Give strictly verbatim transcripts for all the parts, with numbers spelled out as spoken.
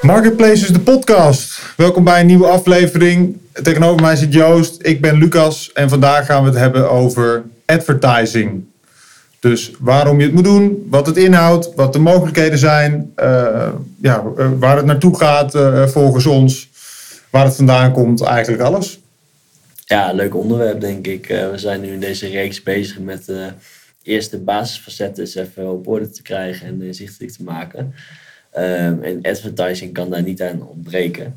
Marketplaces, de podcast. Welkom bij een nieuwe aflevering. Tegenover mij zit Joost, ik ben Lucas en vandaag gaan we het hebben over advertising. Dus waarom je het moet doen, wat het inhoudt, wat de mogelijkheden zijn, uh, ja, uh, waar het naartoe gaat uh, volgens ons, waar het vandaan komt, eigenlijk alles. Ja, leuk onderwerp denk ik. Uh, we zijn nu in deze reeks bezig met de uh, eerste basisfacetten eens even op orde te krijgen en inzichtelijk te maken. Um, en advertising kan daar niet aan ontbreken.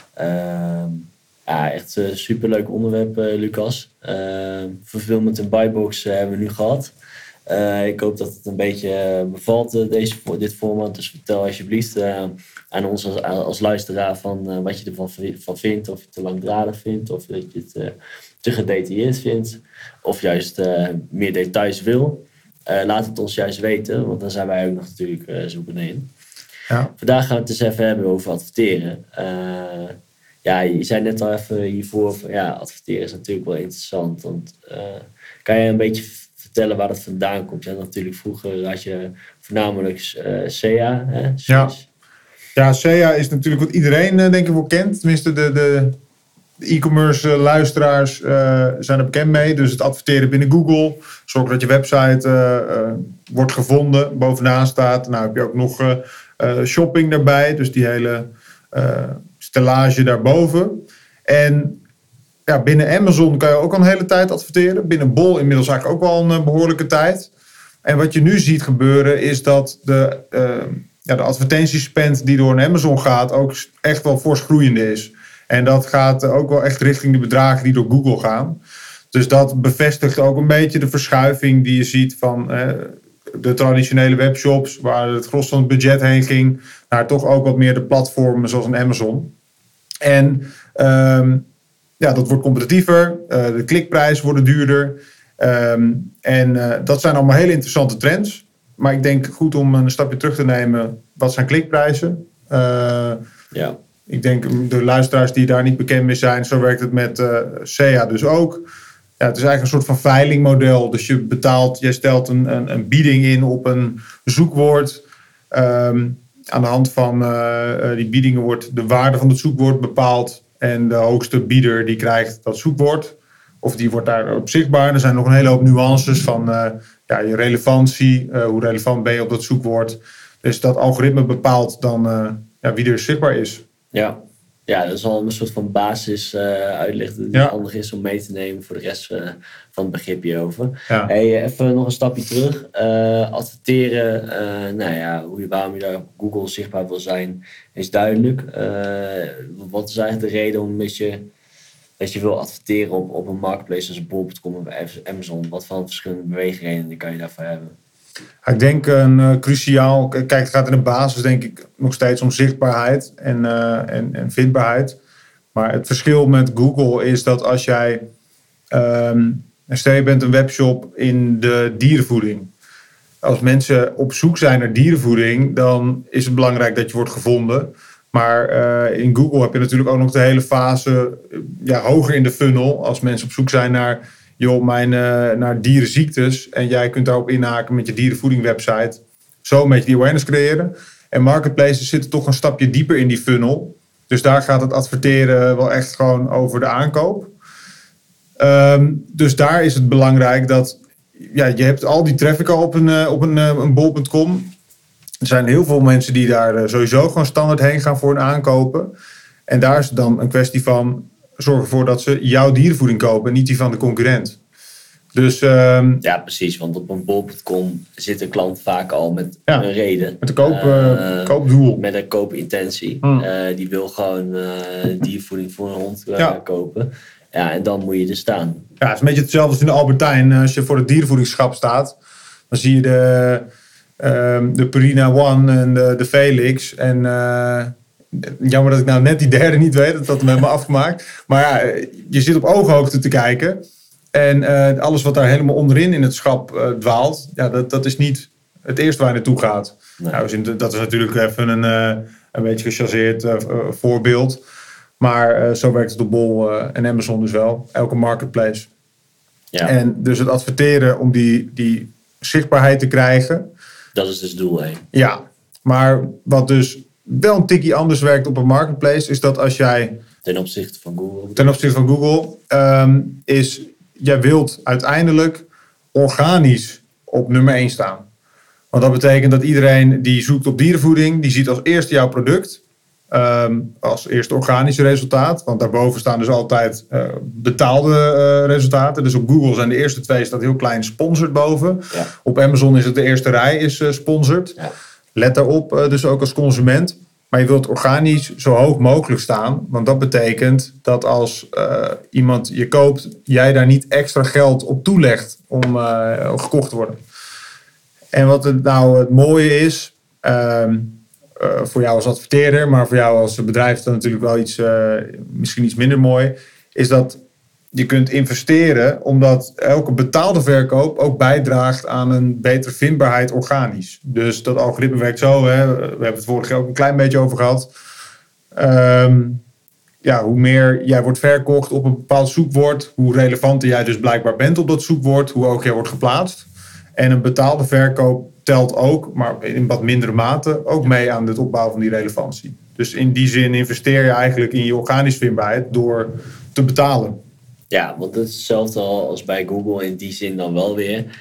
Um, ja, echt een superleuk onderwerp, uh, Lucas. Uh, fulfillment en buybox uh, hebben we nu gehad. Uh, ik hoop dat het een beetje uh, bevalt, uh, deze, dit format. Dus vertel alsjeblieft uh, aan ons als, als luisteraar van uh, wat je ervan van vindt. Of je het te langdradig vindt, of dat je het uh, te gedetailleerd vindt. Of juist uh, meer details wil. Uh, laat het ons juist weten, want dan zijn wij ook nog natuurlijk uh, zoekende in. Ja. Vandaag gaan we het eens even hebben over adverteren. Uh, ja, je zei net al even hiervoor, van, ja, adverteren is natuurlijk wel interessant. Want, uh, kan je een beetje vertellen waar dat vandaan komt? Ja, natuurlijk vroeger had je voornamelijk uh, S E A. Hè? Ja. ja, S E A is natuurlijk wat iedereen uh, denk ik wel kent. Tenminste, de, de, de e-commerce uh, luisteraars uh, zijn er bekend mee. Dus het adverteren binnen Google. Zorg dat je website uh, uh, wordt gevonden, bovenaan staat. Nou heb je ook nog uh, uh, shopping daarbij. Dus die hele uh, stellage daarboven. En ja, binnen Amazon kan je ook al een hele tijd adverteren. Binnen Bol inmiddels eigenlijk ook wel een uh, behoorlijke tijd. En wat je nu ziet gebeuren is dat de, uh, ja, de advertentiespend die door een Amazon gaat ook echt wel fors groeiende is. En dat gaat uh, ook wel echt richting de bedragen die door Google gaan. Dus dat bevestigt ook een beetje de verschuiving die je ziet van uh, de traditionele webshops, waar het gros van het budget heen ging, naar toch ook wat meer de platformen zoals een Amazon. En um, ja, dat wordt competitiever, uh, de klikprijzen worden duurder. Um, en uh, dat zijn allemaal hele interessante trends. Maar ik denk goed om een stapje terug te nemen, wat zijn klikprijzen? Uh, ja. Ik denk de luisteraars die daar niet bekend mee zijn, zo werkt het met uh, S E A dus ook. Ja, het is eigenlijk een soort van veilingmodel. Dus je betaalt, je stelt een, een, een bieding in op een zoekwoord. Um, aan de hand van uh, die biedingen wordt de waarde van het zoekwoord bepaald. En de hoogste bieder die krijgt dat zoekwoord. Of die wordt daarop zichtbaar. Er zijn nog een hele hoop nuances van uh, ja, je relevantie. Uh, hoe relevant ben je op dat zoekwoord. Dus dat algoritme bepaalt dan uh, ja, wie er zichtbaar is. Ja. Ja, dat is al een soort van basis uh, uitleg die ja. handig is om mee te nemen voor de rest uh, van het begrip hierover. Ja. Hey, even nog een stapje terug. Uh, adverteren, uh, nou ja, hoe je, waarom je daar op Google zichtbaar wil zijn, is duidelijk. Uh, wat is eigenlijk de reden om dat je, dat je wil adverteren op, op een marketplace als Bol punt com of Amazon? Wat voor verschillende beweegredenen kan je daarvoor hebben? Ik denk een uh, cruciaal, kijk, het gaat in de basis denk ik nog steeds om zichtbaarheid en, uh, en, en vindbaarheid. Maar het verschil met Google is dat als jij, um, stel je bent een webshop in de dierenvoeding. Als mensen op zoek zijn naar dierenvoeding, dan is het belangrijk dat je wordt gevonden. Maar uh, in Google heb je natuurlijk ook nog de hele fase ja, hoger in de funnel. Als mensen op zoek zijn naar... joh, mijn, uh, naar dierenziektes. En jij kunt daarop inhaken met je dierenvoeding website. Zo een beetje die awareness creëren. En marketplaces zitten toch een stapje dieper in die funnel. Dus daar gaat het adverteren wel echt gewoon over de aankoop. Um, dus daar is het belangrijk dat... ja, je hebt al die traffic al op een, uh, op een, uh, een bol punt com. Er zijn heel veel mensen die daar uh, sowieso gewoon standaard heen gaan voor hun aankopen. En daar is het dan een kwestie van... zorg ervoor dat ze jouw dierenvoeding kopen en niet die van de concurrent. Dus, um, ja, precies. Want op een bol punt com zit een klant vaak al met ja, een reden. Met een koop, uh, koopdoel. Met een koopintentie. Hmm. Uh, die wil gewoon uh, diervoeding voor een hond uh, ja. kopen. Ja, en dan moet je er staan. Ja, het is een beetje hetzelfde als in de Albertijn. Als je voor het dierenvoedingsschap staat, dan zie je de, uh, de Purina One en de, de Felix. En... Uh, jammer dat ik nou net die derde niet weet. Dat had hem helemaal afgemaakt. Maar ja, je zit op ooghoogte te kijken. En uh, alles wat daar helemaal onderin in het schap uh, dwaalt. Ja, dat, dat is niet het eerste waar je naartoe gaat. Nee. Nou, dat is natuurlijk even een, uh, een beetje gechargeerd uh, voorbeeld. Maar uh, zo werkt het op Bol uh, en Amazon dus wel. Elke marketplace. Ja. En dus het adverteren om die, die zichtbaarheid te krijgen. Dat is dus het doel, hè? Ja, maar wat dus wel een tikkie anders werkt op een marketplace, is dat als jij... Ten opzichte van Google. Ten opzichte van Google, um, is jij wilt uiteindelijk organisch op nummer één staan. Want dat betekent dat iedereen die zoekt op dierenvoeding, die ziet als eerste jouw product. Um, als eerste organische resultaat. Want daarboven staan dus altijd uh, betaalde uh, resultaten. Dus op Google zijn de eerste twee staat heel klein sponsored boven. Ja. Op Amazon is het de eerste rij is uh, sponsored. Ja. Let daarop uh, dus ook als consument. Maar je wilt organisch zo hoog mogelijk staan. Want dat betekent dat als uh, iemand je koopt, jij daar niet extra geld op toelegt om uh, gekocht te worden. En wat het nou het mooie is, uh, uh, voor jou als adverteerder, maar voor jou als bedrijf is dat natuurlijk wel iets, uh, misschien iets minder mooi, is dat je kunt investeren omdat elke betaalde verkoop ook bijdraagt aan een betere vindbaarheid organisch. Dus dat algoritme werkt zo, hè, we hebben het vorige keer ook een klein beetje over gehad. Um, ja, hoe meer jij wordt verkocht op een bepaald zoekwoord, hoe relevanter jij dus blijkbaar bent op dat zoekwoord, hoe hoog jij wordt geplaatst. En een betaalde verkoop telt ook, maar in wat mindere mate, ook mee aan het opbouwen van die relevantie. Dus in die zin investeer je eigenlijk in je organische vindbaarheid door te betalen. Ja, want het is hetzelfde als bij Google in die zin dan wel weer. Uh,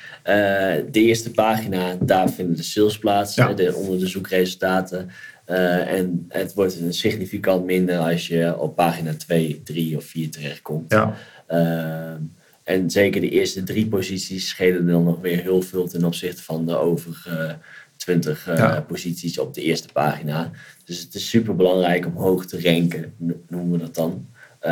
de eerste pagina, daar vinden de sales plaats, ja. de, onder de zoekresultaten. Uh, en het wordt significant minder als je op pagina twee, drie of vier terechtkomt. Ja. Uh, en zeker de eerste drie posities schelen dan nog weer heel veel ten opzichte van de overige twintig uh, ja. posities op de eerste pagina. Dus het is super belangrijk om hoog te ranken, noemen we dat dan. Uh,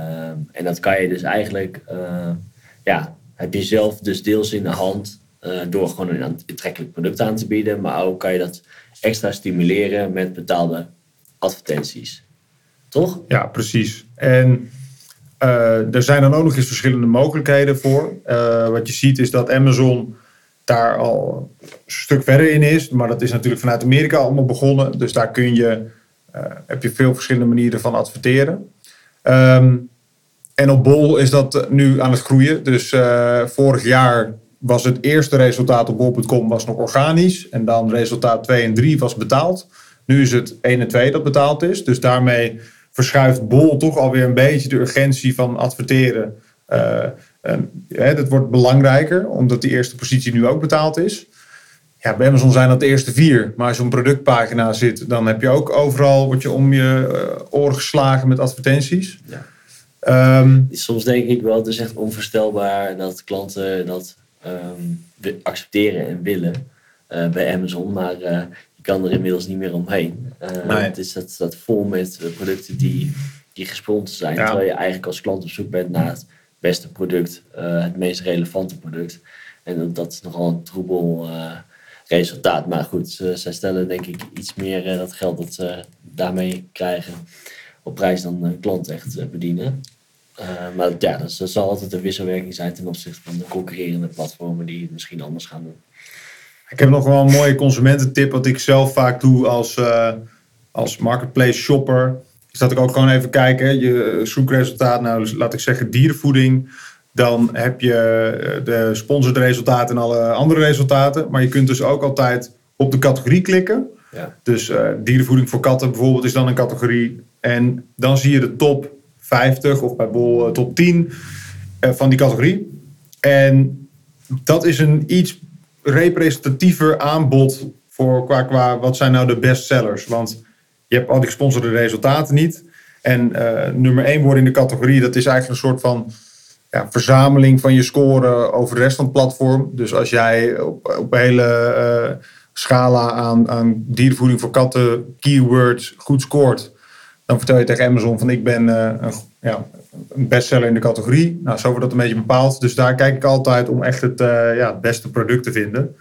en dat kan je dus eigenlijk, uh, ja, heb je zelf dus deels in de hand uh, door gewoon een aantrekkelijk product aan te bieden, maar ook kan je dat extra stimuleren met betaalde advertenties. Toch? Ja, precies. En uh, er zijn dan ook nog eens verschillende mogelijkheden voor. Uh, wat je ziet is dat Amazon daar al een stuk verder in is, maar dat is natuurlijk vanuit Amerika allemaal begonnen. Dus daar kun je, uh, heb je veel verschillende manieren van adverteren. Um, en op Bol is dat nu aan het groeien. Dus uh, vorig jaar was het eerste resultaat op bol punt com was nog organisch. En dan resultaat twee en drie was betaald. Nu is het één en twee dat betaald is. Dus daarmee verschuift Bol toch alweer een beetje de urgentie van adverteren. Uh, en, hè, dat wordt belangrijker, omdat die eerste positie nu ook betaald is. Ja, bij Amazon zijn dat de eerste vier. Maar als je op een productpagina zit, dan heb je ook overal, word je om je uh, oren geslagen met advertenties. Ja. Um, Soms denk ik wel, het is echt onvoorstelbaar dat klanten dat um, accepteren en willen uh, bij Amazon. Maar uh, je kan er inmiddels niet meer omheen. Uh, nee. Het is dat, dat vol met producten die, die gesponsord zijn. Ja. Terwijl je eigenlijk als klant op zoek bent naar het beste product. Uh, het meest relevante product. En dat, dat is nogal een troebel uh, resultaat. Maar goed, ze, zij stellen denk ik iets meer uh, dat geld dat ze daarmee krijgen op prijs dan de klant echt uh, bedienen. Uh, maar ja, dat, dat zal altijd een wisselwerking zijn ten opzichte van de concurrerende platformen die het misschien anders gaan doen. Ik heb nog wel een mooie consumententip wat ik zelf vaak doe als, uh, als marketplace shopper. Is dat ik ook gewoon even kijken. Je zoekresultaat, nou laat ik zeggen dierenvoeding. Dan heb je de sponsored resultaten en alle andere resultaten. Maar je kunt dus ook altijd op de categorie klikken. Ja. Dus uh, dierenvoeding voor katten bijvoorbeeld is dan een categorie. En dan zie je de top vijftig of bij Bol uh, top tien uh, van die categorie. En dat is een iets representatiever aanbod voor qua, qua wat zijn nou de bestsellers. Want je hebt al die gesponsorde resultaten niet. En uh, nummer één worden in de categorie, dat is eigenlijk een soort van ja, verzameling van je score over de rest van het platform. Dus als jij op, op een hele uh, scala aan, aan dierenvoeding voor katten keywords goed scoort, dan vertel je tegen Amazon van ik ben uh, een, ja, een bestseller in de categorie. Nou, zo wordt dat een beetje bepaald. Dus daar kijk ik altijd om echt het, uh, ja, het beste product te vinden.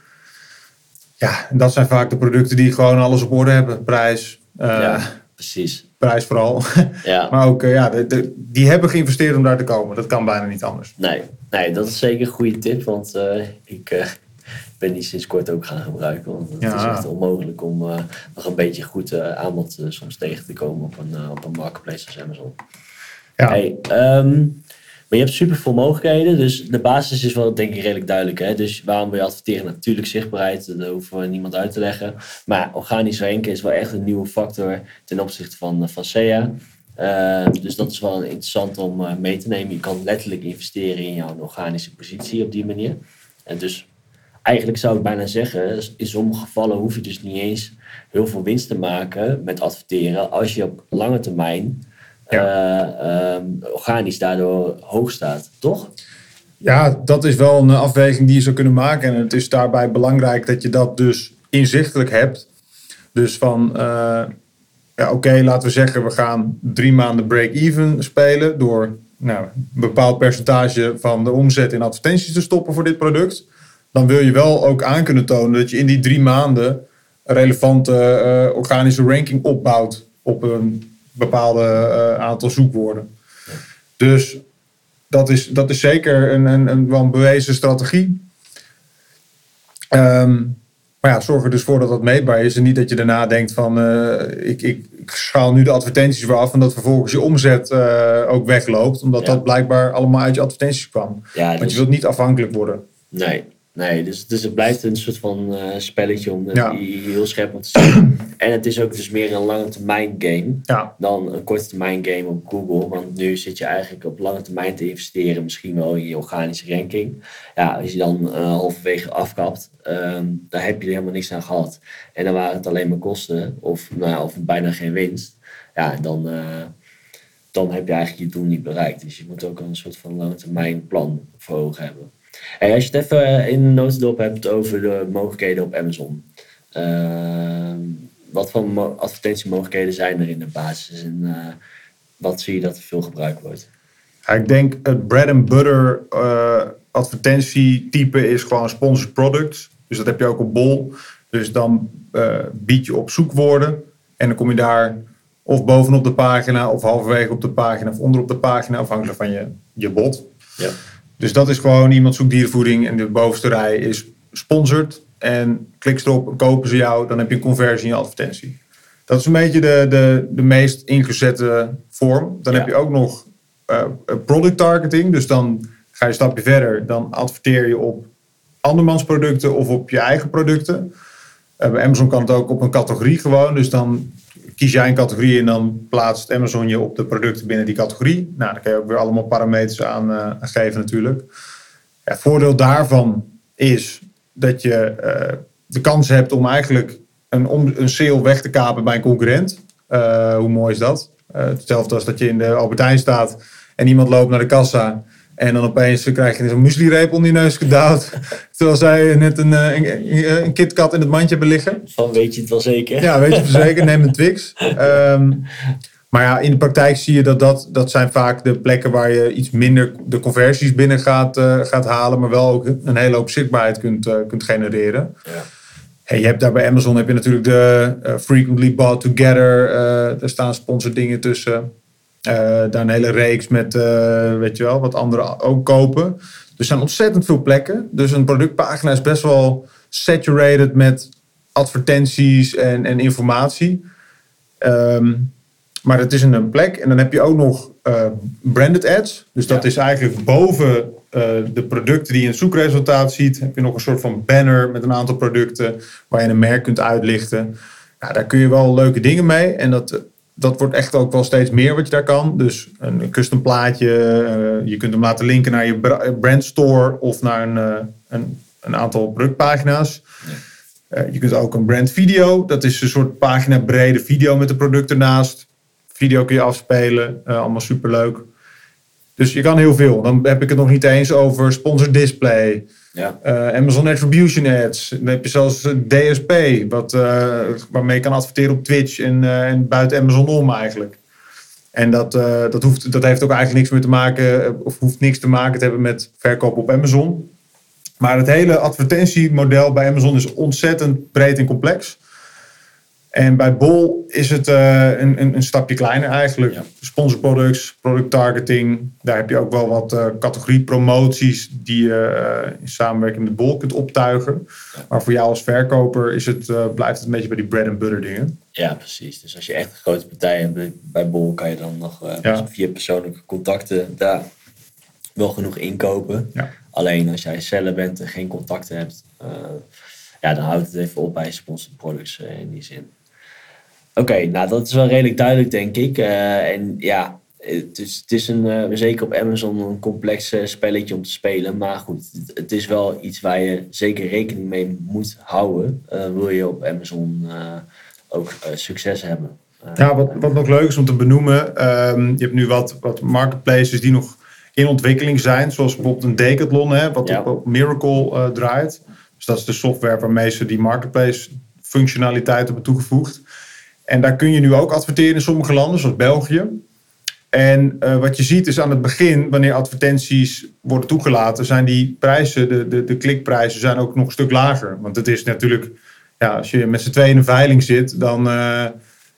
Ja, en dat zijn vaak de producten die gewoon alles op orde hebben. Prijs. Uh, ja, precies. Prijs vooral. Ja. Maar ook, uh, ja, de, de, die hebben geïnvesteerd om daar te komen. Dat kan bijna niet anders. Nee, nee dat is zeker een goede tip. Want uh, ik uh, ben die sinds kort ook gaan gebruiken. Want het ja. is echt onmogelijk om uh, nog een beetje goed uh, aanbod uh, soms tegen te komen op een, uh, op een marketplace als Amazon. Ja. Hey, um, Maar je hebt super veel mogelijkheden. Dus de basis is wel denk ik redelijk duidelijk. Hè? Dus waarom wil je adverteren? Natuurlijk zichtbaarheid. Dat hoeven we niemand uit te leggen. Maar organisch ranken is wel echt een nieuwe factor ten opzichte van, van S E A. Uh, dus dat is wel interessant om uh, mee te nemen. Je kan letterlijk investeren in jouw organische positie op die manier. En dus eigenlijk zou ik bijna zeggen, in sommige gevallen hoef je dus niet eens heel veel winst te maken met adverteren als je op lange termijn ja. uh, um, organisch daardoor hoog staat, toch? Ja, dat is wel een afweging die je zou kunnen maken. En het is daarbij belangrijk dat je dat dus inzichtelijk hebt. Dus van, uh, ja, oké, okay, laten we zeggen, we gaan drie maanden break-even spelen door nou, een bepaald percentage van de omzet in advertenties te stoppen voor dit product. Dan wil je wel ook aan kunnen tonen dat je in die drie maanden een relevante uh, organische ranking opbouwt op een bepaalde uh, aantal zoekwoorden. Ja. Dus dat is, dat is zeker een, een, een, wel een bewezen strategie. Um, maar ja, zorg er dus voor dat dat meetbaar is en niet dat je daarna denkt van uh, ik, ik, ik schaal nu de advertenties weer af en dat vervolgens je omzet uh, ook wegloopt, omdat ja. dat blijkbaar allemaal uit je advertenties kwam. Ja, dus... Want je wilt niet afhankelijk worden. Nee. Nee, dus, dus het blijft een soort van uh, spelletje om uh, ja. die heel scherp op te zetten. En het is ook dus meer een lange termijn game ja. dan een korte termijn game op Google. Want nu zit je eigenlijk op lange termijn te investeren, misschien wel in je organische ranking. Ja, als je dan uh, halverwege afkapt, um, dan heb je er helemaal niks aan gehad. En dan waren het alleen maar kosten of, nou, of bijna geen winst. Ja, dan, uh, dan heb je eigenlijk je doel niet bereikt. Dus je moet ook een soort van lange termijn plan voor ogen hebben. Hey, als je het even in een notendop hebt over de mogelijkheden op Amazon. Uh, wat voor mo- advertentiemogelijkheden zijn er in de basis? En uh, wat zie je dat er veel gebruikt wordt? Ja, ik denk het bread and butter uh, advertentietype is gewoon sponsored products. Dus dat heb je ook op Bol. Dus dan uh, bied je op zoekwoorden. En dan kom je daar of bovenop de pagina of halverwege op de pagina of onderop de pagina. Afhankelijk van je, je bod. Ja. Dus dat is gewoon iemand zoekt dierenvoeding en de bovenste rij is sponsored. En klik ze erop, kopen ze jou, dan heb je een conversie in je advertentie. Dat is een beetje de, de, de meest ingezette vorm. Dan ja. heb je ook nog uh, product targeting. Dus dan ga je een stapje verder. Dan adverteer je op andermans producten of op je eigen producten. Uh, bij Amazon kan het ook op een categorie gewoon. Dus dan kies jij een categorie en dan plaatst Amazon je op de producten binnen die categorie. Nou, daar kan je ook weer allemaal parameters aan uh, geven natuurlijk. Ja, het voordeel daarvan is dat je uh, de kans hebt om eigenlijk een, om, een sale weg te kapen bij een concurrent. Uh, hoe mooi is dat? Uh, hetzelfde als dat je in de Albert Heijn staat en iemand loopt naar de kassa. En dan opeens krijg je zo'n muesli-reep onder je neus gedouwd. Terwijl zij net een, een, een KitKat in het mandje hebben liggen. Van weet je het wel zeker? Ja, weet je het wel zeker. Neem een Twix. Um, maar ja, in de praktijk zie je dat, dat dat zijn vaak de plekken waar je iets minder de conversies binnen gaat, uh, gaat halen. Maar wel ook een hele hoop zichtbaarheid kunt, uh, kunt genereren. Ja. Hey, je hebt daar bij Amazon heb je natuurlijk de uh, Frequently Bought Together. Uh, daar staan sponsored dingen tussen. Uh, daar een hele reeks met, uh, weet je wel, wat anderen ook kopen. Er zijn ontzettend veel plekken. Dus een productpagina is best wel saturated met advertenties en, en informatie. Um, maar het is een plek. En dan heb je ook nog uh, branded ads. Dus dat ja. is eigenlijk boven uh, de producten die je in het zoekresultaat ziet. Heb je nog een soort van banner met een aantal producten waar je een merk kunt uitlichten. Nou, daar kun je wel leuke dingen mee. En dat... Dat wordt echt ook wel steeds meer wat je daar kan. Dus een custom plaatje. Uh, je kunt hem laten linken naar je brandstore of naar een, uh, een, een aantal productpagina's. Ja. Uh, je kunt ook een brand video. Dat is een soort pagina brede video met de producten ernaast. Video kun je afspelen. Uh, allemaal superleuk. Dus je kan heel veel. Dan heb ik het nog niet eens over sponsored display. Ja. Uh, Amazon Attribution Ads. Dan heb je zelfs D S P. Wat, uh, waarmee je kan adverteren op Twitch en, uh, en buiten Amazon om eigenlijk. En dat, uh, dat, hoeft, dat heeft ook eigenlijk niks meer te maken. Of hoeft niks te maken te hebben met verkoop op Amazon. Maar het hele advertentiemodel bij Amazon is ontzettend breed en complex. En bij Bol is het uh, een, een, een stapje kleiner eigenlijk. Ja. Sponsor products, product targeting. Daar heb je ook wel wat uh, categorie promoties die je uh, in samenwerking met Bol kunt optuigen. Ja. Maar voor jou als verkoper is het, uh, blijft het een beetje bij die bread and butter dingen. Ja, precies. Dus als je echt een grote partij hebt bij Bol, kan je dan nog uh, ja. via persoonlijke contacten daar wel genoeg inkopen. Ja. Alleen als jij seller bent en geen contacten hebt, uh, ja, dan houdt het even op bij sponsored products uh, in die zin. Oké, okay, nou dat is wel redelijk duidelijk, denk ik. Uh, en ja, het is, het is een, uh, zeker op Amazon een complex uh, spelletje om te spelen. Maar goed, het, het is wel iets waar je zeker rekening mee moet houden. Uh, wil je op Amazon uh, ook uh, succes hebben. Uh, ja, wat, wat nog leuk is om te benoemen. Um, je hebt nu wat, wat marketplaces die nog in ontwikkeling zijn. Zoals bijvoorbeeld een Decathlon, hè, wat ja. op, op Miracle uh, draait. Dus dat is de software waarmee ze die marketplace functionaliteit hebben toegevoegd. En daar kun je nu ook adverteren in sommige landen, zoals België. En uh, wat je ziet is aan het begin, wanneer advertenties worden toegelaten, zijn die prijzen, de, de, de klikprijzen, zijn ook nog een stuk lager. Want het is natuurlijk, ja, als je met z'n tweeën in een veiling zit, dan uh,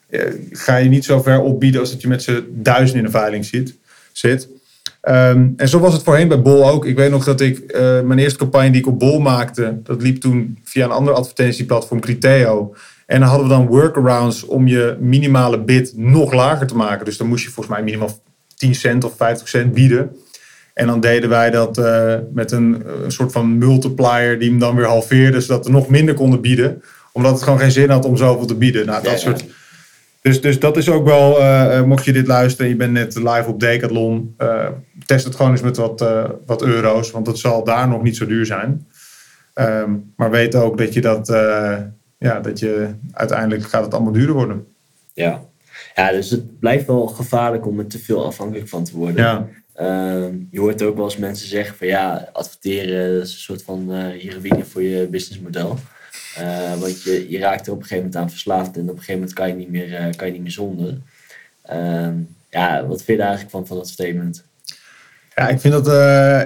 ga je niet zo ver opbieden als dat je met z'n duizend in een veiling zit. zit. Um, en zo was het voorheen bij Bol ook. Ik weet nog dat ik uh, mijn eerste campagne die ik op Bol maakte, dat liep toen via een ander advertentieplatform, Criteo. En dan hadden we dan workarounds om je minimale bid nog lager te maken. Dus dan moest je volgens mij minimaal tien cent of vijftig cent bieden. En dan deden wij dat uh, met een, een soort van multiplier die hem dan weer halveerde, zodat we nog minder konden bieden. Omdat het gewoon geen zin had om zoveel te bieden. Nou, dat ja, soort... dus, dus dat is ook wel, uh, mocht je dit luisteren en je bent net live op Decathlon, uh, test het gewoon eens met wat, uh, wat euro's. Want het zal daar nog niet zo duur zijn. Um, maar weet ook dat je dat... Uh, Ja, dat je uiteindelijk gaat het allemaal duurder worden. Ja. Ja, dus het blijft wel gevaarlijk om er te veel afhankelijk van te worden. Ja. Uh, je hoort ook wel eens mensen zeggen van ja, adverteren is een soort van uh, heroïne voor je businessmodel. Uh, want je, je raakt er op een gegeven moment aan verslaafd en op een gegeven moment kan je niet meer, uh, kan je niet meer zonder. Uh, ja, wat vind je er eigenlijk van, van dat statement? Ja, ik vind dat... Uh,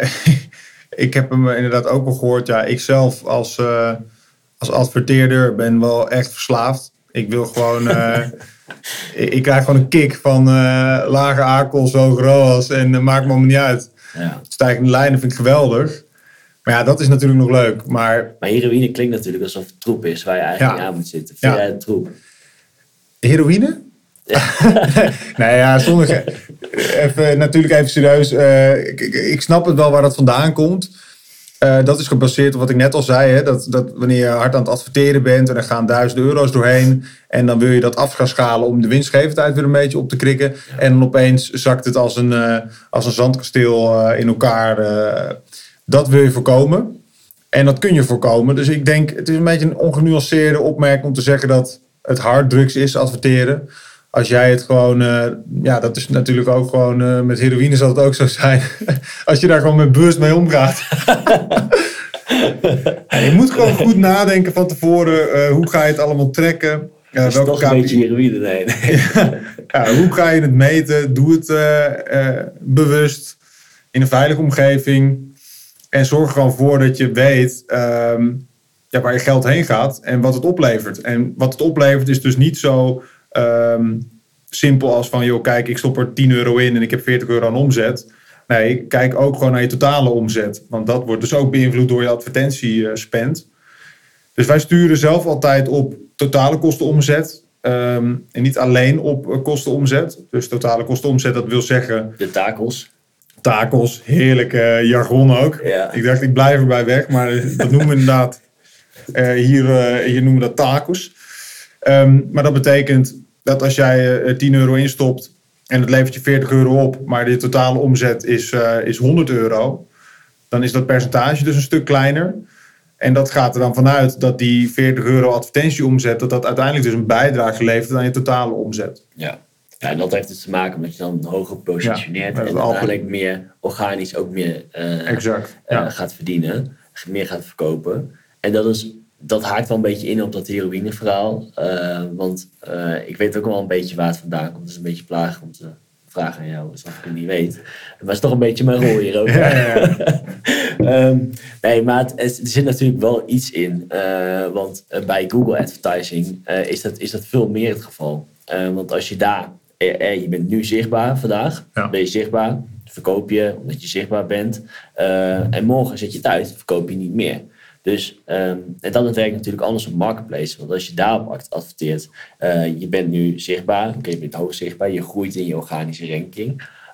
ik heb hem inderdaad ook wel gehoord. Ja, ik zelf als... Uh, Als adverteerder ben wel echt verslaafd. Ik wil gewoon... Uh, ik, ik krijg gewoon een kick van uh, lage A C O S, hoge R O A S. En uh, maakt me allemaal niet uit. Ja. Stijgende lijnen vind ik geweldig. Maar ja, dat is natuurlijk nog leuk. Maar, maar heroïne klinkt natuurlijk alsof het troep is waar je eigenlijk ja. aan moet zitten. Vind ja. jij het troep? Heroïne? Ja. Nee, ja, sommige... Even, natuurlijk even serieus. Uh, ik, ik snap het wel waar dat vandaan komt. Uh, dat is gebaseerd op wat ik net al zei. Hè? Dat, dat wanneer je hard aan het adverteren bent en er gaan duizenden euro's doorheen. En dan wil je dat af gaan schalen om de winstgevendheid weer een beetje op te krikken. Ja. En dan opeens zakt het als een, uh, als een zandkasteel uh, in elkaar. Uh, dat wil je voorkomen. En dat kun je voorkomen. Dus ik denk, het is een beetje een ongenuanceerde opmerking om te zeggen dat het harddrugs is, adverteren. Als jij het gewoon... Uh, ja, dat is natuurlijk ook gewoon... Uh, met heroïne zal het ook zo zijn. Als je daar gewoon met bewust mee omgaat. Ja, je moet gewoon goed nadenken van tevoren. Uh, hoe ga je het allemaal trekken? Uh, is toch een beetje heroïne? Nee. nee. Ja, ja, hoe ga je het meten? Doe het uh, uh, bewust. In een veilige omgeving. En zorg er gewoon voor dat je weet... Um, ja, waar je geld heen gaat. En wat het oplevert. En wat het oplevert is dus niet zo... Um, simpel als van, joh, kijk, ik stop er tien euro in en ik heb veertig euro aan omzet. Nee, kijk ook gewoon naar je totale omzet. Want dat wordt dus ook beïnvloed door je advertentiespend. Dus wij sturen zelf altijd op totale kostenomzet. Um, en niet alleen op kostenomzet. Dus totale kostenomzet, dat wil zeggen... De takels. Takels, heerlijk uh, jargon ook. Ja. Ik dacht, ik blijf erbij weg. Maar dat noemen we inderdaad... Uh, hier, uh, hier noemen we dat takels. Um, maar dat betekent dat als jij uh, tien euro instopt en het levert je veertig euro op, maar de totale omzet is, uh, is honderd euro, dan is dat percentage dus een stuk kleiner. En dat gaat er dan vanuit dat die veertig euro advertentieomzet, dat dat uiteindelijk dus een bijdrage levert aan je totale omzet. Ja. Ja, en dat heeft dus te maken met je dan hoger positioneert ja, en uiteindelijk meer organisch ook meer uh, exact, ja. uh, gaat verdienen, meer gaat verkopen. En dat is Dat haakt wel een beetje in op dat heroïne verhaal. Uh, want uh, ik weet ook wel een beetje waar het vandaan komt. Het is een beetje plagig om te vragen aan jou, alsof ik het niet weet. Maar het is toch een beetje mijn rol hier ook. Ja, ja, ja. um, nee, maar het, er zit natuurlijk wel iets in. Uh, want uh, bij Google Advertising uh, is, dat, is dat veel meer het geval. Uh, want als je daar... Eh, eh, je bent nu zichtbaar vandaag. Ja. Ben je zichtbaar. Verkoop je omdat je zichtbaar bent. Uh, en morgen zet je het uit. Verkoop je niet meer. Dus, um, en dat werkt natuurlijk anders op Marketplace. Want als je daarop adverteert, uh, je bent nu zichtbaar, okay, je bent hoog zichtbaar, je groeit in je organische ranking.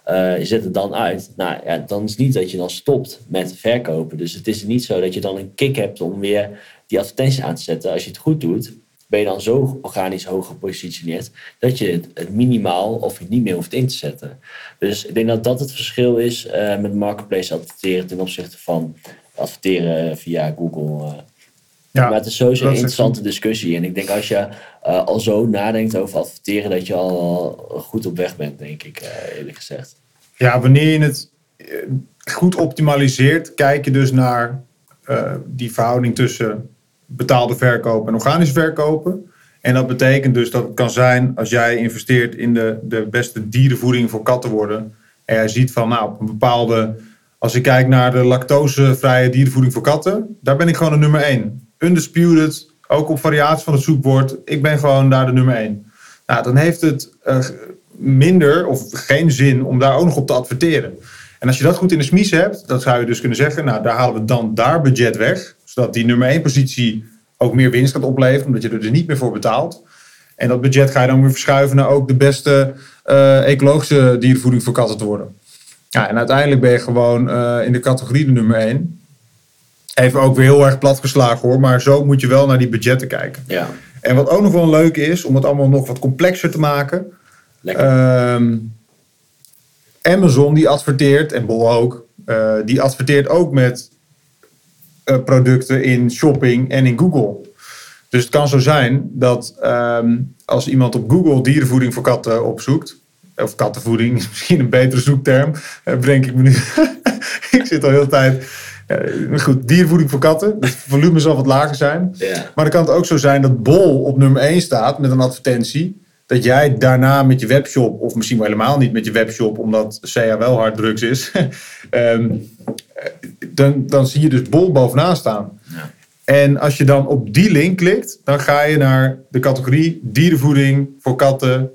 Uh, je zet het dan uit. Nou ja, dan is het niet dat je dan stopt met verkopen. Dus het is niet zo dat je dan een kick hebt om weer die advertenties aan te zetten. Als je het goed doet, ben je dan zo organisch hoog gepositioneerd dat je het, het minimaal of het niet meer hoeft in te zetten. Dus ik denk dat dat het verschil is uh, met marketplace adverteren ten opzichte van adverteren via Google. Uh. Ja, maar het is sowieso een interessante discussie. En ik denk als je uh, al zo nadenkt over adverteren, dat je al goed op weg bent, denk ik, uh, eerlijk gezegd. Ja, wanneer je het goed optimaliseert, kijk je dus naar uh, die verhouding tussen betaalde verkopen en organische verkopen. En dat betekent dus dat het kan zijn, als jij investeert in de, de beste dierenvoeding voor katten worden, en jij ziet van, nou, op een bepaalde, als ik kijk naar de lactosevrije dierenvoeding voor katten, daar ben ik gewoon de nummer één. Undisputed, ook op variatie van het zoekwoord. Ik ben gewoon daar de nummer één. Nou, dan heeft het uh, minder of geen zin om daar ook nog op te adverteren. En als je dat goed in de smies hebt, dan zou je dus kunnen zeggen, nou, daar halen we dan daar budget weg. Zodat die nummer één positie ook meer winst gaat opleveren, omdat je er dus niet meer voor betaalt. En dat budget ga je dan weer verschuiven naar ook de beste uh, ecologische dierenvoeding voor katten te worden. Ja, en uiteindelijk ben je gewoon uh, in de categorie de nummer één. Even ook weer heel erg platgeslagen hoor, maar zo moet je wel naar die budgetten kijken. Ja. En wat ook nog wel leuk is, om het allemaal nog wat complexer te maken. Um, Amazon die adverteert, en Bol ook, uh, die adverteert ook met uh, producten in shopping en in Google. Dus het kan zo zijn dat um, als iemand op Google dierenvoeding voor katten opzoekt, of kattenvoeding is misschien een betere zoekterm, uh, bedenk ik me nu. Ik zit al heel de tijd. Ja, goed, diervoeding voor katten. Het volume zal wat lager zijn. Yeah. Maar dan kan het ook zo zijn dat Bol op nummer één staat met een advertentie. Dat jij daarna met je webshop, of misschien wel helemaal niet met je webshop, omdat C A wel hard drugs is. um, dan, dan zie je dus Bol bovenaan staan. Ja. En als je dan op die link klikt, dan ga je naar de categorie dierenvoeding voor katten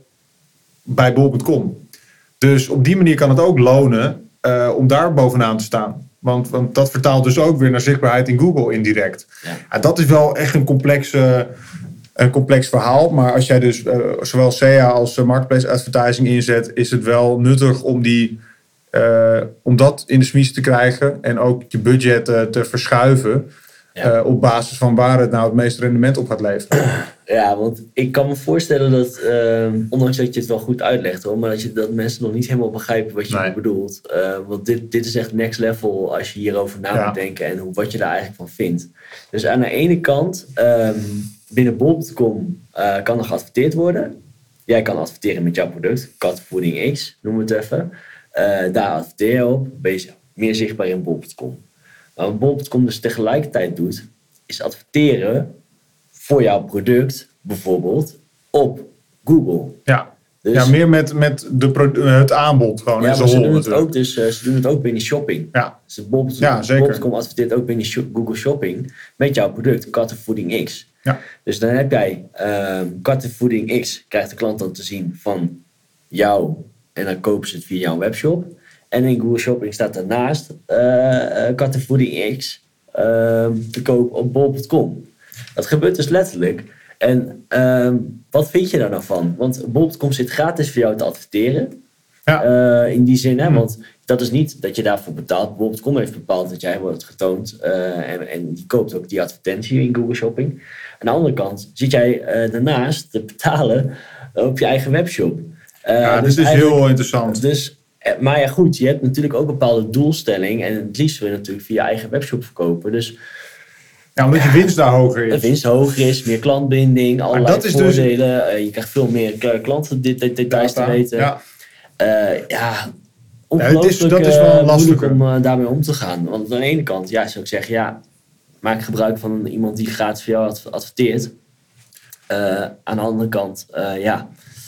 bij bol punt com. Dus op die manier kan het ook lonen uh, om daar bovenaan te staan. Want, want dat vertaalt dus ook weer naar zichtbaarheid in Google indirect. Ja. Ja, dat is wel echt een complex, uh, een complex verhaal. Maar als jij dus uh, zowel C A als uh, marketplace advertising inzet, is het wel nuttig om, die, uh, om dat in de smies te krijgen. En ook je budget uh, te verschuiven. Ja. Uh, op basis van waar het nou het meeste rendement op gaat leveren. Ja, want ik kan me voorstellen dat, uh, ondanks dat je het wel goed uitlegt hoor, maar dat, je, dat mensen nog niet helemaal begrijpen wat je nee. bedoelt. Uh, want dit, dit is echt next level als je hierover na ja. moet denken en hoe, wat je daar eigenlijk van vindt. Dus aan de ene kant, um, binnen bol punt com uh, kan er geadverteerd worden. Jij kan adverteren met jouw product, kattenvoeding X, noem het even. Uh, daar adverteer je op, ben je meer zichtbaar in bol punt com. Maar wat bol punt com dus tegelijkertijd doet, is adverteren voor jouw product, bijvoorbeeld, op Google. Ja, dus, ja meer met, met de pro- het aanbod gewoon. Ja, maar ze doen, het ook dus, uh, ze doen het ook binnen shopping. Ja, dus bol punt com adverteert ook binnen sh- Google Shopping met jouw product, kattenvoeding X. Ja. Dus dan heb jij uh, kattenvoeding X, krijgt de klant dan te zien van jou en dan kopen ze het via jouw webshop. En in Google Shopping staat daarnaast uh, uh, kattenvoeding X uh, te koop op bol punt com. Dat gebeurt dus letterlijk. En uh, wat vind je daar nou van? Want bol punt com zit gratis voor jou te adverteren. Ja. Uh, in die zin, hè? Want dat is niet dat je daarvoor betaalt. bol punt com heeft bepaald dat jij wordt getoond. Uh, en, en die koopt ook die advertentie in Google Shopping. Aan de andere kant zit jij uh, daarnaast te betalen op je eigen webshop. Uh, ja, dus dit is heel interessant. Dus... Maar ja goed, je hebt natuurlijk ook een bepaalde doelstelling. En het liefst wil je natuurlijk via je eigen webshop verkopen. Dus, ja, omdat je winst daar hoger is. De winst hoger is, meer klantbinding, allerlei dat is voordelen. Dus... Uh, je krijgt veel meer klanten dit, details te weten. Ja, uh, ja ongelooflijk ja, dat is wel moeilijk om uh, daarmee om te gaan. Want aan de ene kant ja, zou ik zeggen, ja, maak gebruik van iemand die gratis voor jou adverteert. Uh, aan de andere kant, uh, ja...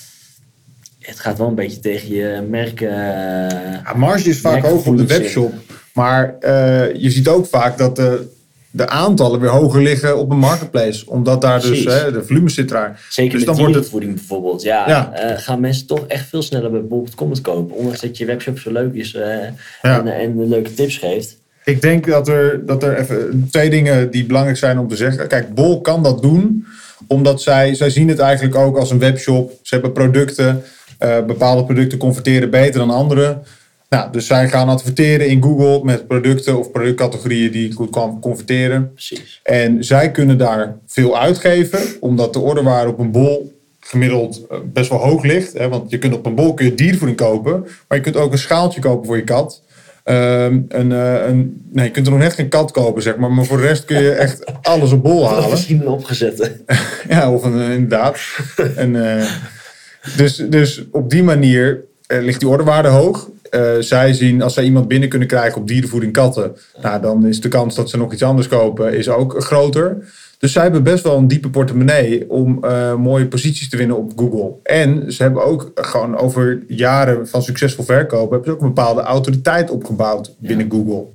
Het gaat wel een beetje tegen je merk. Uh, ja, marge is vaak hoog op de webshop. Maar uh, je ziet ook vaak dat de, de aantallen weer hoger liggen op een marketplace. Omdat daar Precies. dus hè, de volume zit daar. Zeker dus met dan dierenvoeding het... bijvoorbeeld. Ja, ja. Uh, gaan mensen toch echt veel sneller bij bol punt com het kopen. Ondanks dat je webshop zo leuk is uh, ja. en, en leuke tips geeft. Ik denk dat er, dat er even twee dingen die belangrijk zijn om te zeggen. Kijk, Bol kan dat doen. Omdat zij, zij zien het eigenlijk ook als een webshop. Ze hebben producten. Uh, bepaalde producten converteren beter dan andere. Nou, dus zij gaan adverteren in Google met producten of productcategorieën die goed kan converteren. Precies. En zij kunnen daar veel uitgeven, omdat de orderwaarde op een bol gemiddeld best wel hoog ligt. Hè? Want je kunt op een bol kun je diervoeding kopen, maar je kunt ook een schaaltje kopen voor je kat. Um, een, uh, een, nee, je kunt er nog net geen kat kopen, zeg maar. Maar voor de rest kun je echt alles op bol halen. Misschien een opgezette. Ja, of een, inderdaad. en, uh, dus, dus op die manier uh, ligt die orderwaarde hoog. Uh, zij zien, als zij iemand binnen kunnen krijgen op dierenvoeding katten, nou, dan is de kans dat ze nog iets anders kopen is ook groter. Dus zij hebben best wel een diepe portemonnee om uh, mooie posities te winnen op Google. En ze hebben ook gewoon over jaren van succesvol verkopen, hebben ze ook een bepaalde autoriteit opgebouwd binnen ja. Google.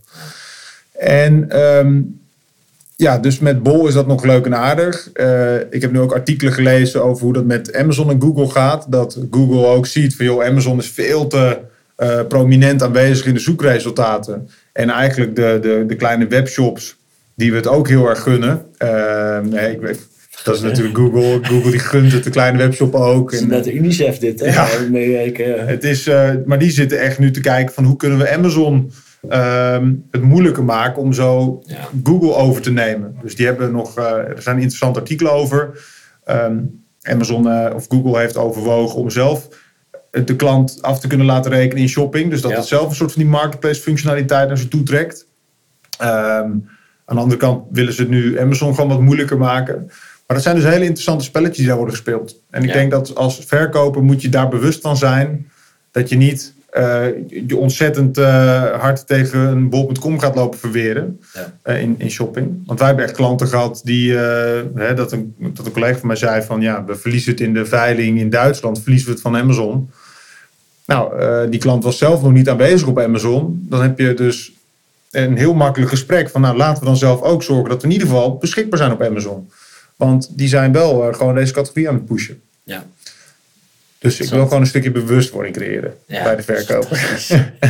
En um, ja, dus met Bol is dat nog leuk en aardig. Uh, ik heb nu ook artikelen gelezen over hoe dat met Amazon en Google gaat. Dat Google ook ziet van, joh, Amazon is veel te uh, prominent aanwezig in de zoekresultaten. En eigenlijk de, de, de kleine webshops die we het ook heel erg gunnen. Uh, nee, ik weet, dat is natuurlijk Google. Google die gunt het de kleine webshop ook. Het is net de UNICEF dit, hè? Ja, meewerken. Het is, uh, maar die zitten echt nu te kijken van hoe kunnen we Amazon um, het moeilijker maken om zo ja. Google over te nemen. Dus die hebben nog, uh, er zijn interessante artikelen over. Um, Amazon uh, of Google heeft overwogen om zelf de klant af te kunnen laten rekenen in shopping. Dus dat ja. het zelf een soort van die marketplace functionaliteit naar ze toe trekt. Um, Aan de andere kant willen ze nu Amazon gewoon wat moeilijker maken. Maar dat zijn dus hele interessante spelletjes die daar worden gespeeld. En ik ja. denk dat als verkoper moet je daar bewust van zijn. Dat je niet uh, je ontzettend uh, hard tegen een bol punt com gaat lopen verweren. Ja. Uh, in, in shopping. Want wij hebben echt klanten gehad die... Uh, hè, dat, een, dat een collega van mij zei van... ja, we verliezen het in de veiling in Duitsland. Verliezen we het van Amazon. Nou, uh, die klant was zelf nog niet aanwezig op Amazon. Dan heb je dus... een heel makkelijk gesprek van, nou, laten we dan zelf ook zorgen dat we in ieder geval beschikbaar zijn op Amazon. Want die zijn wel uh, gewoon deze categorie aan het pushen. Ja. Dus ik wil gewoon een stukje bewustwording creëren ja, bij de verkoper.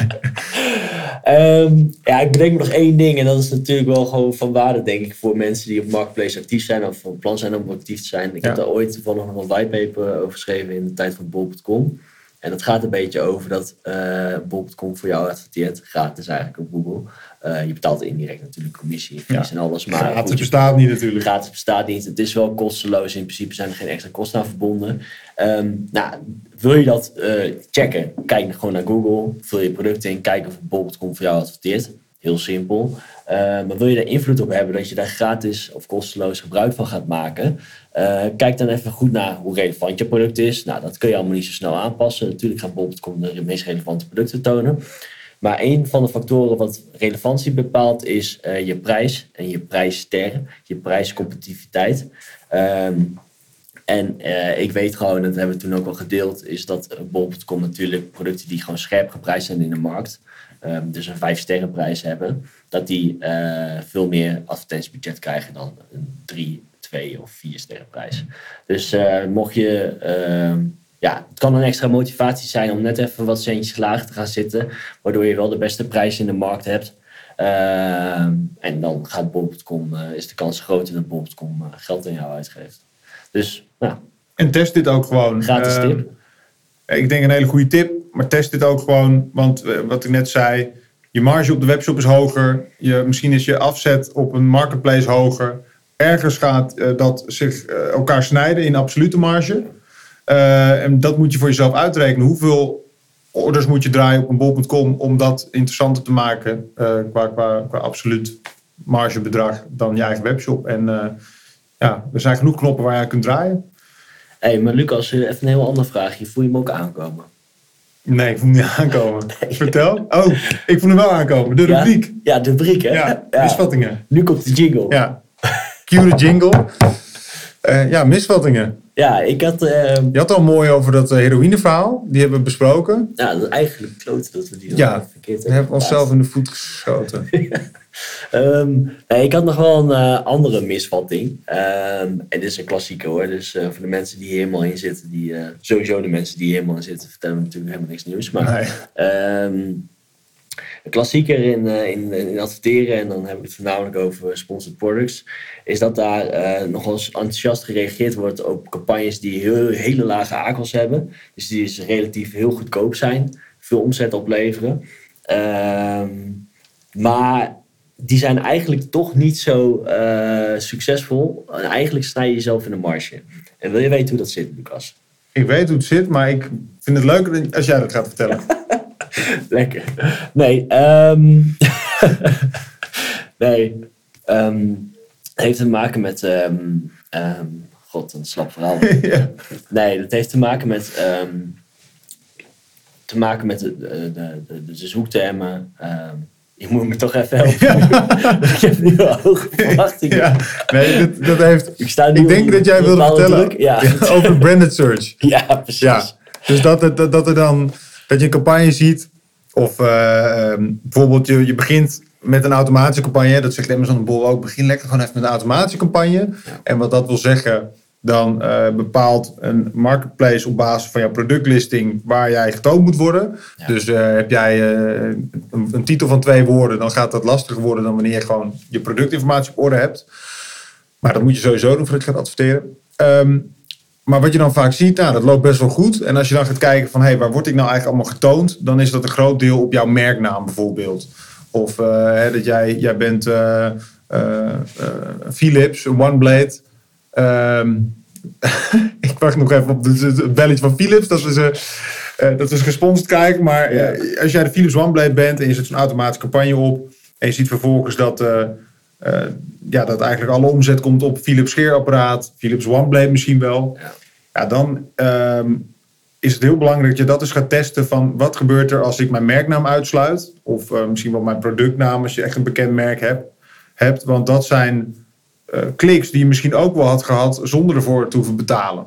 um, ja, ik bedenk nog één ding en dat is natuurlijk wel gewoon van waarde, denk ik, voor mensen die op Marketplace actief zijn of van plan zijn om actief te zijn. Ik ja. heb daar ooit toevallig nog een whitepaper over geschreven in de tijd van bol punt com. En dat gaat een beetje over dat uh, bol punt com voor jou adverteert, gratis eigenlijk op Google. Uh, je betaalt indirect natuurlijk commissie, fees ja. en alles. Maar gratis bestaat niet natuurlijk. Gratis bestaat niet. Het is wel kosteloos. In principe zijn er geen extra kosten aan verbonden. Um, nou, wil je dat uh, checken? Kijk gewoon naar Google. Vul je producten in. Kijk of bol punt com voor jou adverteert. Heel simpel. Uh, maar wil je daar invloed op hebben dat je daar gratis of kosteloos gebruik van gaat maken? Uh, kijk dan even goed naar hoe relevant je product is. Nou, dat kun je allemaal niet zo snel aanpassen. Natuurlijk gaat bol punt com de meest relevante producten tonen. Maar een van de factoren wat relevantie bepaalt is uh, je prijs en je prijsster, je prijscompetitiviteit. Um, en uh, ik weet gewoon, dat hebben we toen ook al gedeeld, is dat uh, bol punt com natuurlijk producten die gewoon scherp geprijsd zijn in de markt, um, dus een vijf sterren prijs hebben, dat die uh, veel meer advertentiebudget krijgen dan een drie, twee of vier sterren prijs. Dus uh, mocht je... Uh, Ja, het kan een extra motivatie zijn om net even wat centjes lager te gaan zitten. Waardoor je wel de beste prijs in de markt hebt. Uh, en dan gaat bol punt com, uh, is de kans groter dat bol punt com uh, geld aan jou uitgeeft. Dus, nou. En test dit ook gewoon. Gratis uh, tip. Ik denk een hele goede tip. Maar test dit ook gewoon. Want uh, wat ik net zei. Je marge op de webshop is hoger. Je, misschien is je afzet op een marketplace hoger. Ergens gaat uh, dat zich uh, elkaar snijden in absolute marge. Uh, en dat moet je voor jezelf uitrekenen. Hoeveel orders moet je draaien op een bol punt com om dat interessanter te maken uh, qua, qua, qua absoluut margebedrag dan je eigen webshop. En uh, ja, er zijn genoeg knoppen waar je kunt draaien. Hé, hey, maar Lucas, even een heel ander vraagje. Voel je hem ook aankomen? Nee, ik voel hem niet aankomen. Nee. Vertel. Oh, ik voel hem wel aankomen. De rubriek. Ja, ja de rubriek, hè? Ja, ja. Misvattingen. Nu komt de jingle. Ja. Cue de jingle. Uh, ja, misvattingen. Ja, ik had... Uh, je had al mooi over dat uh, heroïneverhaal. Die hebben we besproken. Ja, dat is eigenlijk kloot dat we die ja, verkeerd hebben. we hebben onszelf in de voet geschoten. um, nee, ik had nog wel een uh, andere misvatting. Um, en dit is een klassieke hoor. Dus uh, voor de mensen die hier helemaal in zitten. Die, uh, sowieso de mensen die hier helemaal in zitten. Vertellen we natuurlijk helemaal niks nieuws. Maar... Nee. Um, Een klassieker in, uh, in, in adverteren, en dan heb ik het voornamelijk over sponsored products, is dat daar uh, nogal eens enthousiast gereageerd wordt op campagnes die heel, hele lage A C O's hebben. Dus die dus relatief heel goedkoop zijn, veel omzet opleveren. Uh, maar die zijn eigenlijk toch niet zo uh, succesvol. En eigenlijk snij je jezelf in de marge. En wil je weten hoe dat zit, Lucas? Ik weet hoe het zit, maar ik vind het leuker als jij dat gaat vertellen. Lekker. Nee, um, nee. Um, het heeft te maken met... Um, um, God, een slap verhaal. Ja. Nee, dat heeft te maken met... Um, te maken met de, de, de, de, de zoektermen... Um, je moet me toch even helpen. Ja. Ik heb nu al hoge verwachtingen. Ja. Nee, dat, dat heeft... Ik, sta nu ik denk dat jij wilde vertellen ja. Ja, over branded search. Ja, precies. Ja. Dus dat, dat, dat er dan... Dat je een campagne ziet... Of uh, um, bijvoorbeeld je, je begint met een automatische campagne. Dat zegt Amazon Bol ook. Begin lekker gewoon even met een automatische campagne. Ja. En wat dat wil zeggen... Dan uh, bepaalt een marketplace op basis van jouw productlisting waar jij getoond moet worden. Ja. Dus uh, heb jij uh, een, een titel van twee woorden, dan gaat dat lastiger worden dan wanneer je gewoon je productinformatie op orde hebt. Maar dat moet je sowieso doen voordat je gaat adverteren. Um, maar wat je dan vaak ziet, nou, dat loopt best wel goed. En als je dan gaat kijken van, hé, hey, waar word ik nou eigenlijk allemaal getoond? Dan is dat een groot deel op jouw merknaam bijvoorbeeld. Of uh, hè, dat jij, jij bent uh, uh, uh, Philips, OneBlade... Um, ik wacht nog even op het belletje van Philips. Dat is, uh, uh, dat is gesponsord kijken. Maar uh, als jij de Philips OneBlade bent en je zet zo'n automatische campagne op. En je ziet vervolgens dat, uh, uh, ja, dat eigenlijk alle omzet komt op Philips scheerapparaat. Philips OneBlade misschien wel. Ja, ja dan um, is het heel belangrijk dat je dat dus gaat testen van wat gebeurt er als ik mijn merknaam uitsluit. Of uh, misschien wel mijn productnaam als je echt een bekend merk hebt. hebt want dat zijn... Uh, kliks die je misschien ook wel had gehad zonder ervoor te hoeven betalen.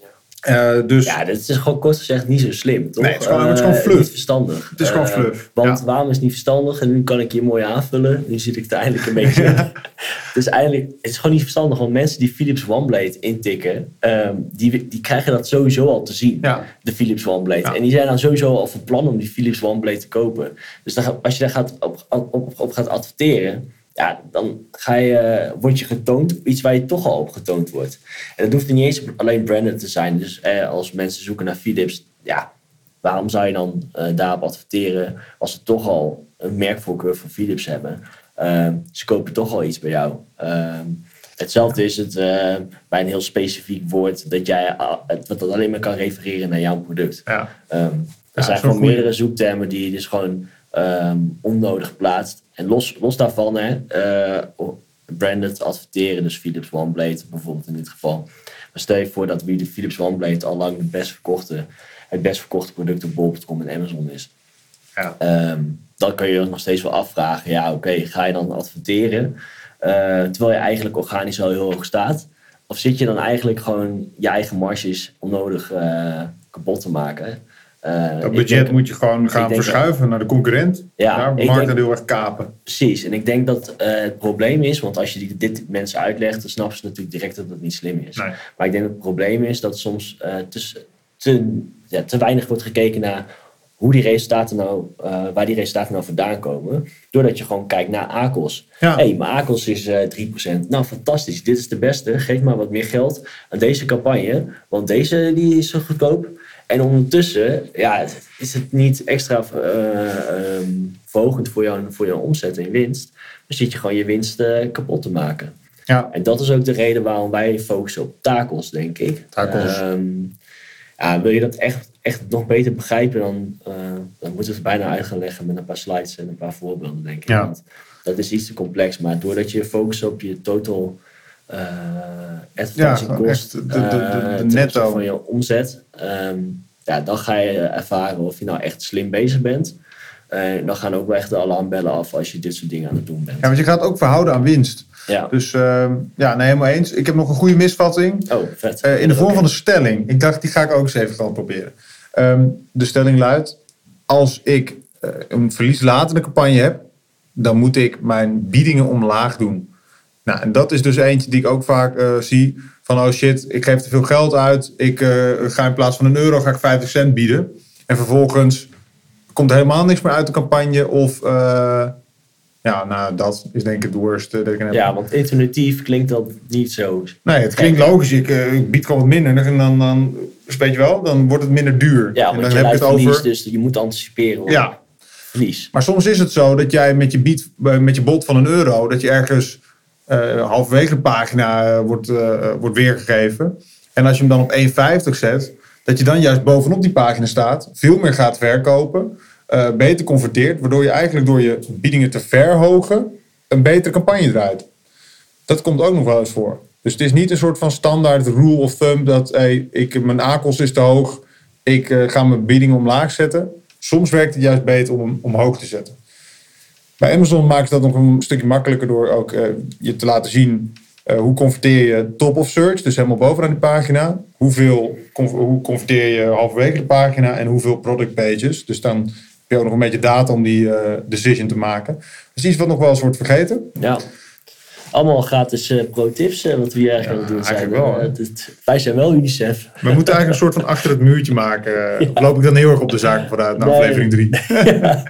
Ja, uh, dus... ja dat is gewoon kort gezegd niet zo slim, toch? Nee, het is gewoon, het is gewoon fluff. Niet verstandig. Het is gewoon fluff. Uh, want ja. waarom is het niet verstandig? En nu kan ik je mooi aanvullen. Nu zit ik het eindelijk een beetje in. Ja. Dus eigenlijk, het is gewoon niet verstandig. Want mensen die Philips OneBlade intikken, um, die, die krijgen dat sowieso al te zien. Ja. De Philips OneBlade. Ja. En die zijn dan sowieso al van plan om die Philips OneBlade te kopen. Dus dan, als je daar gaat op, op, op, op gaat adverteren... Ja, dan ga je, word je getoond op iets waar je toch al op getoond wordt. En dat hoeft niet eens alleen branded te zijn. Dus eh, als mensen zoeken naar Philips, ja, waarom zou je dan uh, daarop adverteren als ze toch al een merkvoorkeur van Philips hebben? Uh, ze kopen toch al iets bij jou. Uh, hetzelfde is het uh, bij een heel specifiek woord dat jij uh, dat alleen maar kan refereren naar jouw product. Ja. Um, er ja, zijn gewoon goeie. meerdere zoektermen die je dus gewoon um, onnodig plaatst. En los, los daarvan, hè, uh, branded adverteren, dus Philips OneBlade bijvoorbeeld in dit geval. Maar stel je voor dat de Philips OneBlade al lang de best verkochte, het best verkochte product op bol punt com en Amazon is. Ja. Um, dan kun je je nog steeds wel afvragen, ja oké, okay, ga je dan adverteren? Uh, terwijl je eigenlijk organisch al heel hoog staat? Of zit je dan eigenlijk gewoon je eigen marges onnodig uh, kapot te maken? Uh, dat budget denk, moet je gewoon gaan verschuiven dat, naar de concurrent. Ja, daar de markt dat heel erg kapen. Precies, en ik denk dat uh, het probleem is, want als je die, dit mensen uitlegt, dan snappen ze natuurlijk direct dat het niet slim is. Nee. Maar ik denk dat het probleem is dat soms uh, te, te, ja, te weinig wordt gekeken naar hoe die resultaten nou, uh, waar die resultaten nou vandaan komen. Doordat je gewoon kijkt naar A C O's. Ja. Hé, hey, mijn A C O's is uh, drie procent. Nou, fantastisch. Dit is de beste. Geef maar wat meer geld aan deze campagne. Want deze die is zo goedkoop. En ondertussen ja, is het niet extra uh, um, verhogend voor jouw, voor jouw omzet en winst. Dan zit je gewoon je winst uh, kapot te maken. Ja. En dat is ook de reden waarom wij focussen op takels, denk ik. Takels. Um, ja, wil je dat echt, echt nog beter begrijpen, dan, uh, dan moeten we het bijna uit gaan leggen met een paar slides en een paar voorbeelden, denk ik. Ja. Want dat is iets te complex. Maar doordat je focust op je total uh, advertising ja, cost, de, de, de, de uh, netto van je omzet, um, ja, dan ga je ervaren of je nou echt slim bezig bent. Uh, dan gaan ook wel echt de alarmbellen af als je dit soort dingen aan het doen bent. Ja, want je gaat ook verhouden aan winst. Ja. Dus uh, ja, nee, helemaal eens. Ik heb nog een goede misvatting. Oh, vet. Uh, in de vorm okay. van een stelling. Ik dacht, die ga ik ook eens even gaan proberen. Um, de stelling luidt, als ik uh, een verlieslatende campagne heb, dan moet ik mijn biedingen omlaag doen. Nou, en dat is dus eentje die ik ook vaak uh, zie. Van, oh shit, ik geef te veel geld uit. Ik uh, ga in plaats van een euro ga ik vijftig cent bieden. En vervolgens komt helemaal niks meer uit de campagne. Of uh, ja, nou dat is denk ik het worst. Uh, dat ik heb. Ja, want intuïtief klinkt dat niet zo. Nee, het klinkt logisch. Ik, uh, ik bied gewoon wat minder. En dan, dan, weet je wel, dan wordt het minder duur. Ja, en want dan je heb je het verlies, over. Dus je moet anticiperen op ja. verlies. Maar soms is het zo dat jij met je, bied, met je bod van een euro, dat je ergens uh, halverwege de pagina uh, wordt, uh, wordt weergegeven. En als je hem dan op één vijftig zet, dat je dan juist bovenop die pagina staat, veel meer gaat verkopen, uh, beter converteert, waardoor je eigenlijk door je biedingen te verhogen een betere campagne draait. Dat komt ook nog wel eens voor. Dus het is niet een soort van standaard rule of thumb dat hey, ik, mijn A-kost is te hoog, ik uh, ga mijn bieding omlaag zetten. Soms werkt het juist beter om hem omhoog te zetten. Bij Amazon maakt het dat nog een stukje makkelijker door ook uh, je te laten zien uh, hoe converteer je top of search, dus helemaal bovenaan die pagina. Hoeveel, hoe converteer je halverwege de pagina en hoeveel product pages. Dus dan heb je ook nog een beetje data om die uh, decision te maken. Dat is iets wat nog wel eens wordt vergeten. Ja. Allemaal gratis uh, pro-tips, uh, wat we hier eigenlijk aan het doen zijn. Wel, uh, het, het, wij zijn wel UNICEF. We moeten eigenlijk een soort van achter het muurtje maken. Ja. Of loop ik dan heel erg op de zaken vooruit naar nee. aflevering drie? ja,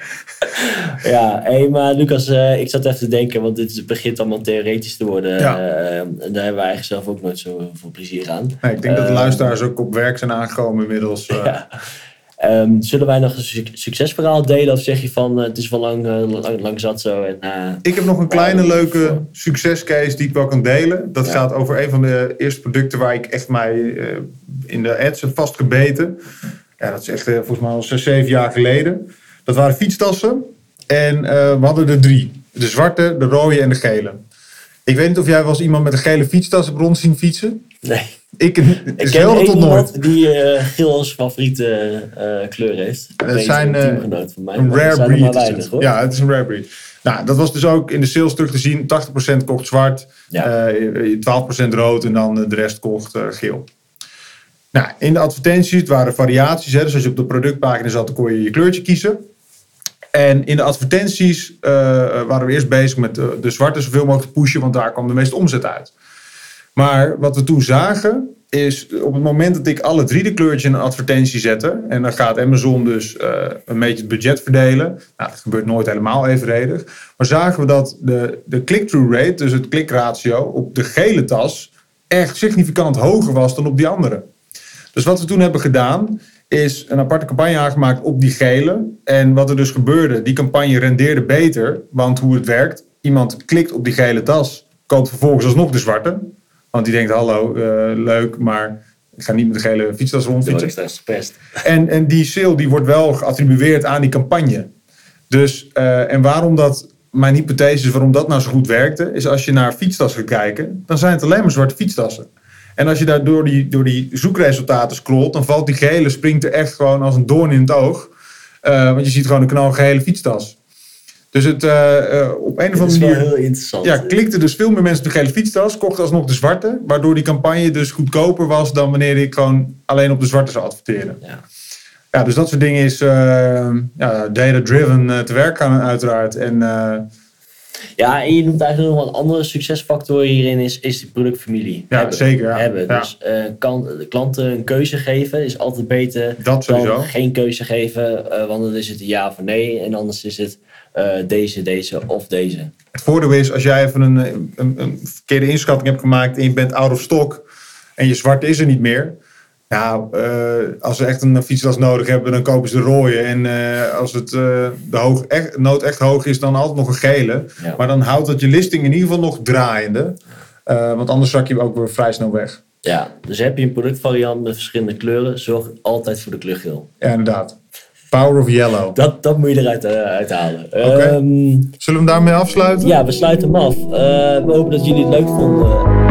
ja hey, maar Lucas, uh, ik zat even te denken, want dit begint allemaal theoretisch te worden. Ja. Uh, en daar hebben wij eigenlijk zelf ook nooit zo veel plezier aan. Nee, ik denk uh, dat de luisteraars ook op werk zijn aangekomen inmiddels. Uh. Ja. Um, zullen wij nog een su- succesverhaal delen? Of zeg je van uh, het is wel lang, uh, lang, lang zat zo? En, uh, ik heb nog een kleine uh, leuke voor... succescase die ik wel kan delen. Dat ja. gaat over een van de eerste producten waar ik echt mij uh, in de ads heb vastgebeten. Ja, dat is echt uh, volgens mij al zes, zeven jaar geleden. Dat waren fietstassen. En uh, we hadden er drie. De zwarte, de rode en de gele. Ik weet niet of jij wel eens iemand met een gele fietstas hebt rond zien fietsen. Nee. Ik, ik ken één iemand die uh, geel als favoriete uh, kleur heeft. Dat zijn uh, teamgenoot van mij. Een rare zijn breed. maar weinig, hoor. Ja, het is een rare breed. Nou, dat was dus ook in de sales terug te zien. tachtig procent kocht zwart, ja. uh, twaalf procent rood en dan de rest kocht uh, geel. Nou, in de advertenties, het waren variaties. Hè, dus als je op de productpagina zat, dan kon je je kleurtje kiezen. En in de advertenties uh, waren we eerst bezig met de, de zwarte zoveel mogelijk te pushen, want daar kwam de meeste omzet uit. Maar wat we toen zagen, is op het moment dat ik alle drie de kleurtjes in een advertentie zette, en dan gaat Amazon dus uh, een beetje het budget verdelen. Nou, dat gebeurt nooit helemaal evenredig. Maar zagen we dat de, de click-through rate, dus het klikratio op de gele tas, echt significant hoger was dan op die andere. Dus wat we toen hebben gedaan, is een aparte campagne aangemaakt op die gele. En wat er dus gebeurde, die campagne rendeerde beter. Want hoe het werkt, iemand klikt op die gele tas, koopt vervolgens alsnog de zwarte. Want die denkt, hallo, uh, leuk, maar ik ga niet met de gele fietstas rondfietsen. En, en die sale die wordt wel geattribueerd aan die campagne. Dus, uh, en waarom dat, mijn hypothese is waarom dat nou zo goed werkte, is als je naar fietstassen gaat kijken, dan zijn het alleen maar zwarte fietstassen. En als je daar door die, door die zoekresultaten scrolt, dan valt die gele, springt er echt gewoon als een doorn in het oog. Uh, want je ziet gewoon een knalgele fietstas. Dus het uh, uh, op een of andere manier... Dat is wel heel interessant. Ja, klikten dus veel meer mensen de gele fietstas, kochten alsnog de zwarte, waardoor die campagne dus goedkoper was dan wanneer ik gewoon alleen op de zwarte zou adverteren. Ja. Ja, dus dat soort dingen is uh, ja, data-driven uh, te werk gaan uiteraard. En, uh, ja, en je noemt eigenlijk nog een andere succesfactor hierin is, is die productfamilie. Ja, hebben, zeker. Ja. Hebben. Ja. Dus uh, kan de klanten een keuze geven is altijd beter dat dan geen keuze geven. Uh, want dan is het een ja of nee en anders is het uh, deze, deze of deze. Het voordeel is, als jij even een, een, een verkeerde inschatting hebt gemaakt en je bent out of stock en je zwarte is er niet meer. Ja, uh, als ze echt een fietstas nodig hebben, dan kopen ze de rode. En uh, als het, uh, de hoog, echt, nood echt hoog is, dan altijd nog een gele. Ja. Maar dan houdt dat je listing in ieder geval nog draaiende. Uh, want anders zak je ook weer vrij snel weg. Ja, dus heb je een productvariant met verschillende kleuren, zorg altijd voor de kleur geel. Ja, inderdaad. Power of yellow. Dat, dat moet je eruit uh, uithalen. Okay. Um, Zullen we hem daarmee afsluiten? Ja, we sluiten hem af. Uh, we hopen dat jullie het leuk vonden.